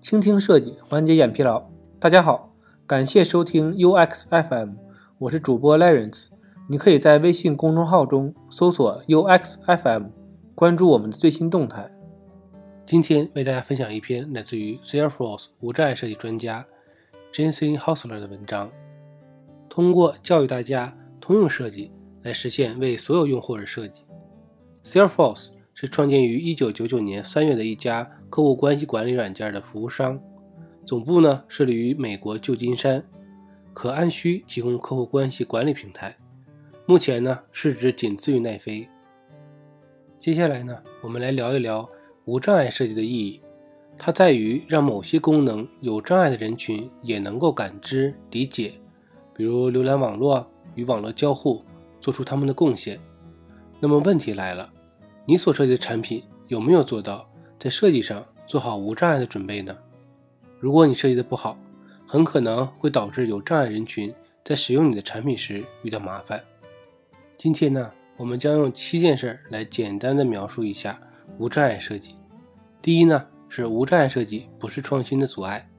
倾听设计，缓解眼疲劳。大家好，感谢收听 UX FM， 我是主播 Lawrence。你可以在微信公众号中搜索 UX FM， 关注我们的最新动态。今天为大家分享一篇来自于 Salesforce 无障碍设计专家 Jensen Hausler 的文章，通过教育大家通用设计来实现为所有用户而设计。Salesforce 是创建于1999年3月的一家客户关系管理软件的服务商，总部呢设立于美国旧金山，可按需提供客户关系管理平台。目前呢市值仅次于奈飞。接下来呢，我们来聊一聊无障碍设计的意义。它在于让某些功能有障碍的人群也能够感知、理解，比如浏览网络与网络交互，做出他们的贡献。那么问题来了，你所设计的产品有没有做到在设计上做好无障碍的准备呢？如果你设计的不好，很可能会导致有障碍人群在使用你的产品时遇到麻烦。今天呢，我们将用7件事来简单的描述一下无障碍设计。第一呢，是无障碍设计不是创新的阻碍。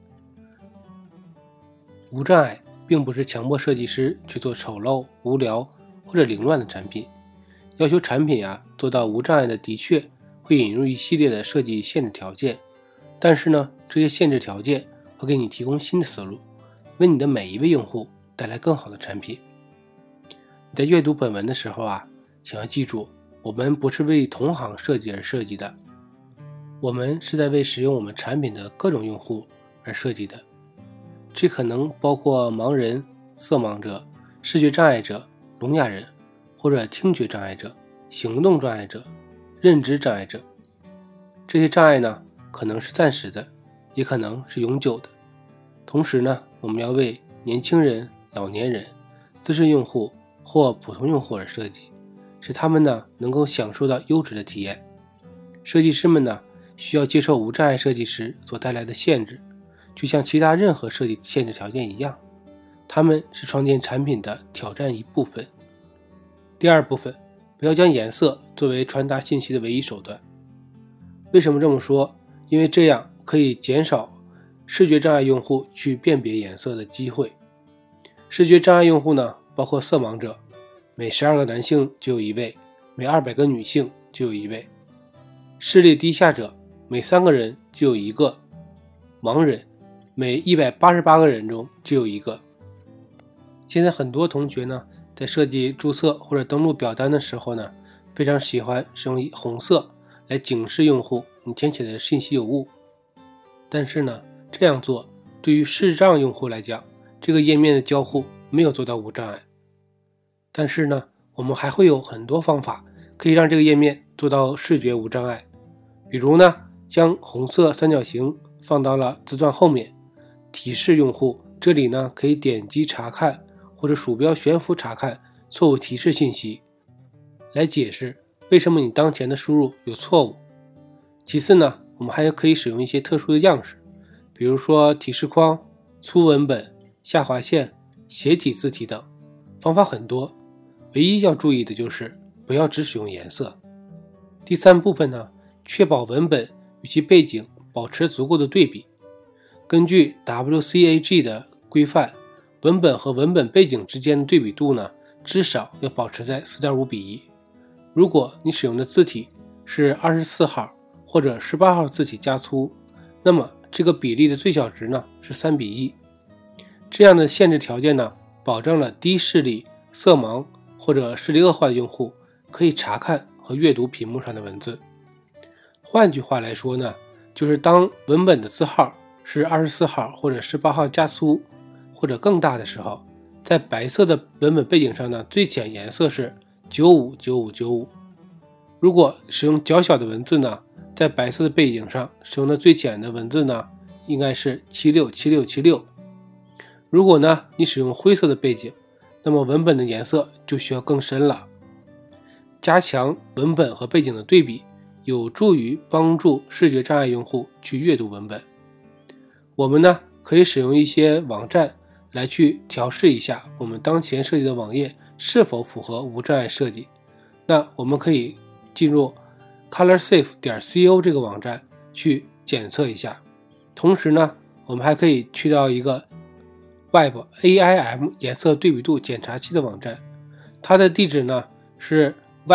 无障碍并不是强迫设计师去做丑陋、无聊或者凌乱的产品。要求产品做到无障碍的确会引入一系列的设计限制条件，但是呢，这些限制条件会给你提供新的思路，为你的每一位用户带来更好的产品。你在阅读本文的时候请要记住，我们不是为同行设计而设计的，我们是在为使用我们产品的各种用户而设计的。这可能包括盲人、色盲者、视觉障碍者、聋哑人，或者听觉障碍者、行动障碍者、认知障碍者。这些障碍呢，可能是暂时的，也可能是永久的。同时呢，我们要为年轻人、老年人、资深用户或普通用户而设计，使他们呢能够享受到优质的体验。设计师们呢需要接受无障碍设计时所带来的限制，就像其他任何设计限制条件一样，它们是创建产品的挑战一部分。第二部分，不要将颜色作为传达信息的唯一手段。为什么这么说？因为这样可以减少视觉障碍用户去辨别颜色的机会。视觉障碍用户呢，包括色盲者，每12个男性就有1位，每200个女性就有1位；视力低下者，每3个人就有1个；盲人，每188个人中就有1个。现在很多同学呢，在设计注册或者登录表单的时候呢，非常喜欢使用红色来警示用户你填写的信息有误。但是呢，这样做对于视障用户来讲，这个页面的交互没有做到无障碍。但是呢，我们还会有很多方法可以让这个页面做到视觉无障碍。比如呢，将红色三角形放到了字段后面，提示用户这里呢可以点击查看或者鼠标悬浮查看错误提示信息，来解释为什么你当前的输入有错误。其次呢，我们还可以使用一些特殊的样式，比如说提示框、粗文本、下划线、斜体字体等，方法很多。唯一要注意的就是不要只使用颜色。第三部分呢，确保文本与其背景保持足够的对比。根据 WCAG 的规范，文本和文本背景之间的对比度呢，至少要保持在 4.5 比1。如果你使用的字体是24号或者18号字体加粗，那么这个比例的最小值呢是3比1。这样的限制条件呢，保证了低视力、色盲或者视力恶化的用户可以查看和阅读屏幕上的文字。换句话来说呢，就是当文本的字号是24号或者18号加粗或者更大的时候，在白色的文本背景上呢，最浅颜色是959595。如果使用较小的文字呢，在白色的背景上使用的最浅的文字呢，应该是767676。如果呢你使用灰色的背景，那么文本的颜色就需要更深了。加强文本和背景的对比，有助于帮助视觉障碍用户去阅读文本。我们呢可以使用一些网站来去调试一下我们当前设计的网页是否符合无障碍设计。那我们可以进入 colorsafe.co 这个网站去检测一下， 同时呢，我们还可以去到一个 Web AIM 颜色对比度检查器的网站，它的地址呢是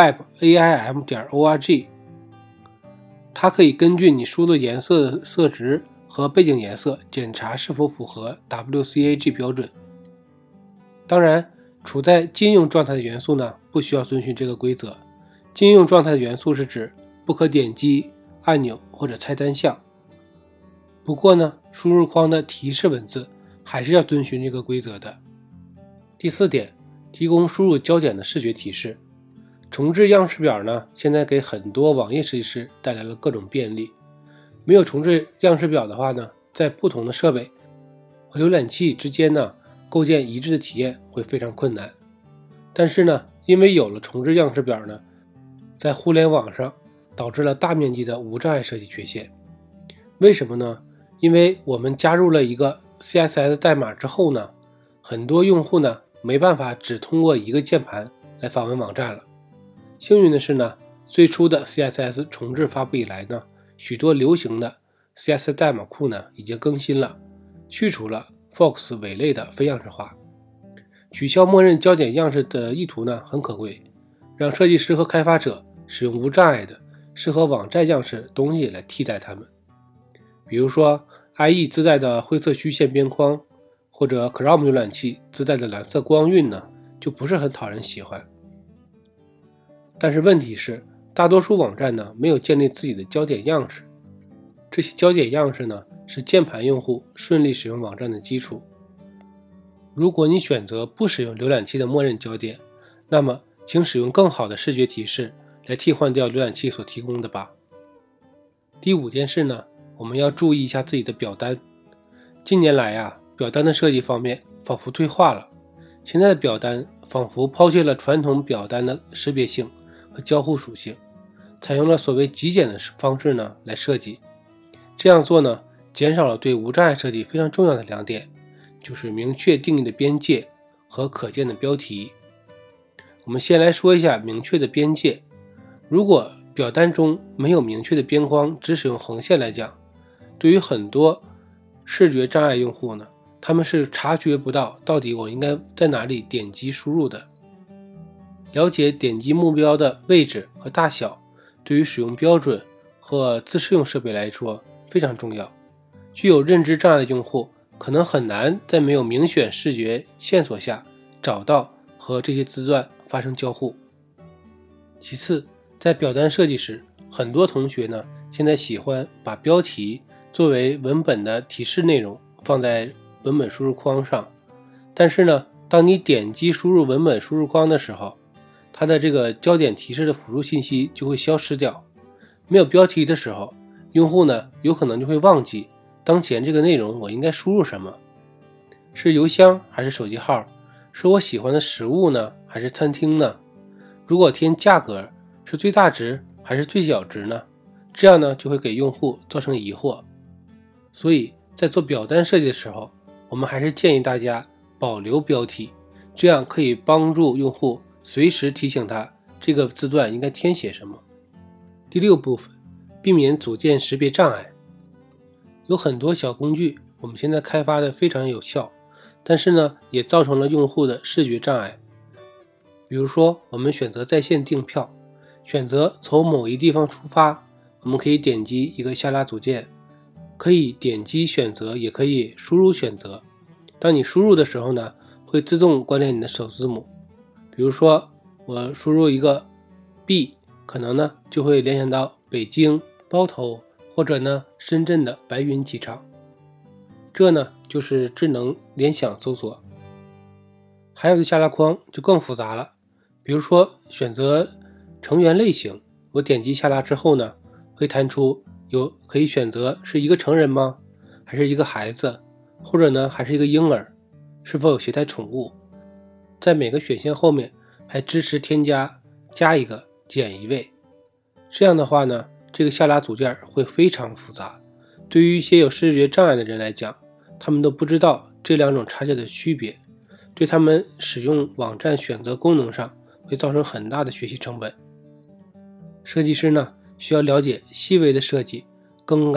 webaim.org， 它可以根据你输入颜色的色值和背景颜色检查是否符合 WCAG 标准。当然，处在禁用状态的元素呢，不需要遵循这个规则。禁用状态的元素是指不可点击按钮或者菜单项。不过呢，输入框的提示文字还是要遵循这个规则的。第4点，提供输入焦点的视觉提示。重置样式表呢，现在给很多网页设计师带来了各种便利。没有重置样式表的话呢，在不同的设备和浏览器之间呢，构建一致的体验会非常困难。但是呢，因为有了重置样式表呢，在互联网上导致了大面积的无障碍设计缺陷。为什么呢？因为我们加入了一个 CSS 代码之后呢，很多用户呢没办法只通过一个键盘来访问网站了。幸运的是呢，最初的 CSS 重置发布以来呢，许多流行的 CSS 代码库呢已经更新了，去除了 Fox 伪类的非样式化。取消默认焦点样式的意图呢很可贵，让设计师和开发者使用无障碍的适合网站样式东西来替代它们。比如说 IE 自带的灰色虚线边框，或者 Chrome 浏览器自带的蓝色光晕呢，就不是很讨人喜欢。但是问题是，大多数网站呢没有建立自己的焦点样式，这些焦点样式呢是键盘用户顺利使用网站的基础。如果你选择不使用浏览器的默认焦点，那么请使用更好的视觉提示来替换掉浏览器所提供的吧。第5件事呢，我们要注意一下自己的表单。近年来啊，表单的设计方面仿佛退化了，现在的表单仿佛抛弃了传统表单的识别性和交互属性，采用了所谓极简的方式呢来设计。这样做呢，减少了对无障碍设计非常重要的2点，就是明确定义的边界和可见的标题。我们先来说一下明确的边界。如果表单中没有明确的边框，只使用横线来讲，对于很多视觉障碍用户呢，他们是察觉不到到底我应该在哪里点击输入的。了解点击目标的位置和大小，对于使用标准和自适用设备来说非常重要。具有认知障碍的用户可能很难在没有明显视觉线索下找到和这些字段发生交互。其次，在表单设计时，很多同学呢现在喜欢把标题作为文本的提示内容放在文本输入框上，但是呢，当你点击输入文本输入框的时候，它的这个焦点提示的辅助信息就会消失掉。没有标题的时候，用户呢有可能就会忘记当前这个内容我应该输入什么，是邮箱还是手机号，是我喜欢的食物呢还是餐厅呢？如果填价格是最大值还是最小值呢？这样呢就会给用户造成疑惑。所以在做表单设计的时候，我们还是建议大家保留标题，这样可以帮助用户随时提醒他这个字段应该填写什么。第6部分，避免组件识别障碍。有很多小工具我们现在开发的非常有效，但是呢也造成了用户的视觉障碍。比如说我们选择在线订票，选择从某一地方出发，我们可以点击一个下拉组件，可以点击选择，也可以输入选择。当你输入的时候呢，会自动关联你的首字母。比如说我输入一个 B， 可能呢就会联想到北京、包头或者呢深圳的白云机场。这呢就是智能联想搜索。还有一个下拉框就更复杂了，比如说选择成员类型，我点击下拉之后呢，会弹出可以选择是一个成人吗？还是一个孩子？或者呢还是一个婴儿？是否有携带宠物？在每个选项后面还支持添加加一个减一位。这样的话呢，这个下拉组件会非常复杂，对于一些有视觉障碍的人来讲，他们都不知道这2种插件的区别，对他们使用网站选择功能上会造成很大的学习成本。设计师呢需要了解细微的设计、更改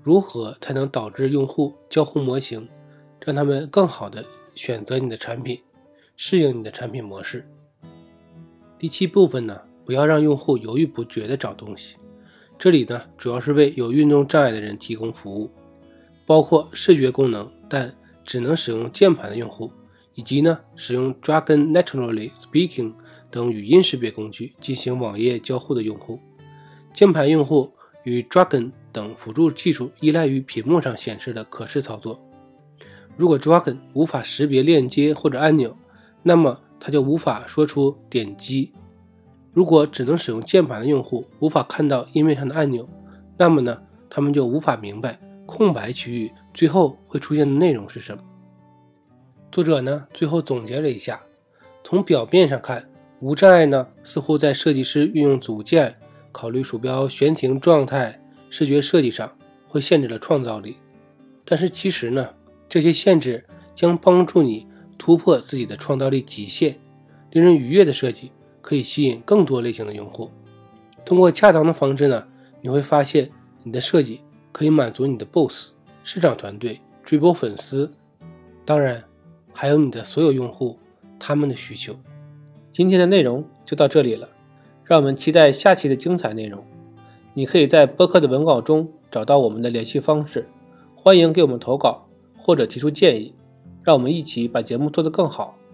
如何才能导致用户交互模型，让他们更好地选择你的产品，适应你的产品模式。第7部分呢，不要让用户犹豫不决地找东西。这里呢，主要是为有运动障碍的人提供服务，包括视觉功能但只能使用键盘的用户，以及呢使用 Dragon Naturally Speaking 等语音识别工具进行网页交互的用户。键盘用户与 Dragon 等辅助技术依赖于屏幕上显示的可视操作。如果 Dragon 无法识别链接或者按钮，那么它就无法说出点击。如果只能使用键盘的用户无法看到页面上的按钮，那么呢，他们就无法明白空白区域最后会出现的内容是什么。作者呢，最后总结了一下，从表面上看，无障碍呢，似乎在设计师运用组件、考虑鼠标悬停状态、视觉设计上会限制了创造力。但是其实呢，这些限制将帮助你突破自己的创造力极限。令人愉悦的设计可以吸引更多类型的用户。通过恰当的方式呢，你会发现你的设计可以满足你的 boss、市场团队、追播粉丝，当然还有你的所有用户他们的需求。今天的内容就到这里了，让我们期待下期的精彩内容。你可以在播客的文稿中找到我们的联系方式，欢迎给我们投稿或者提出建议，让我们一起把节目做得更好。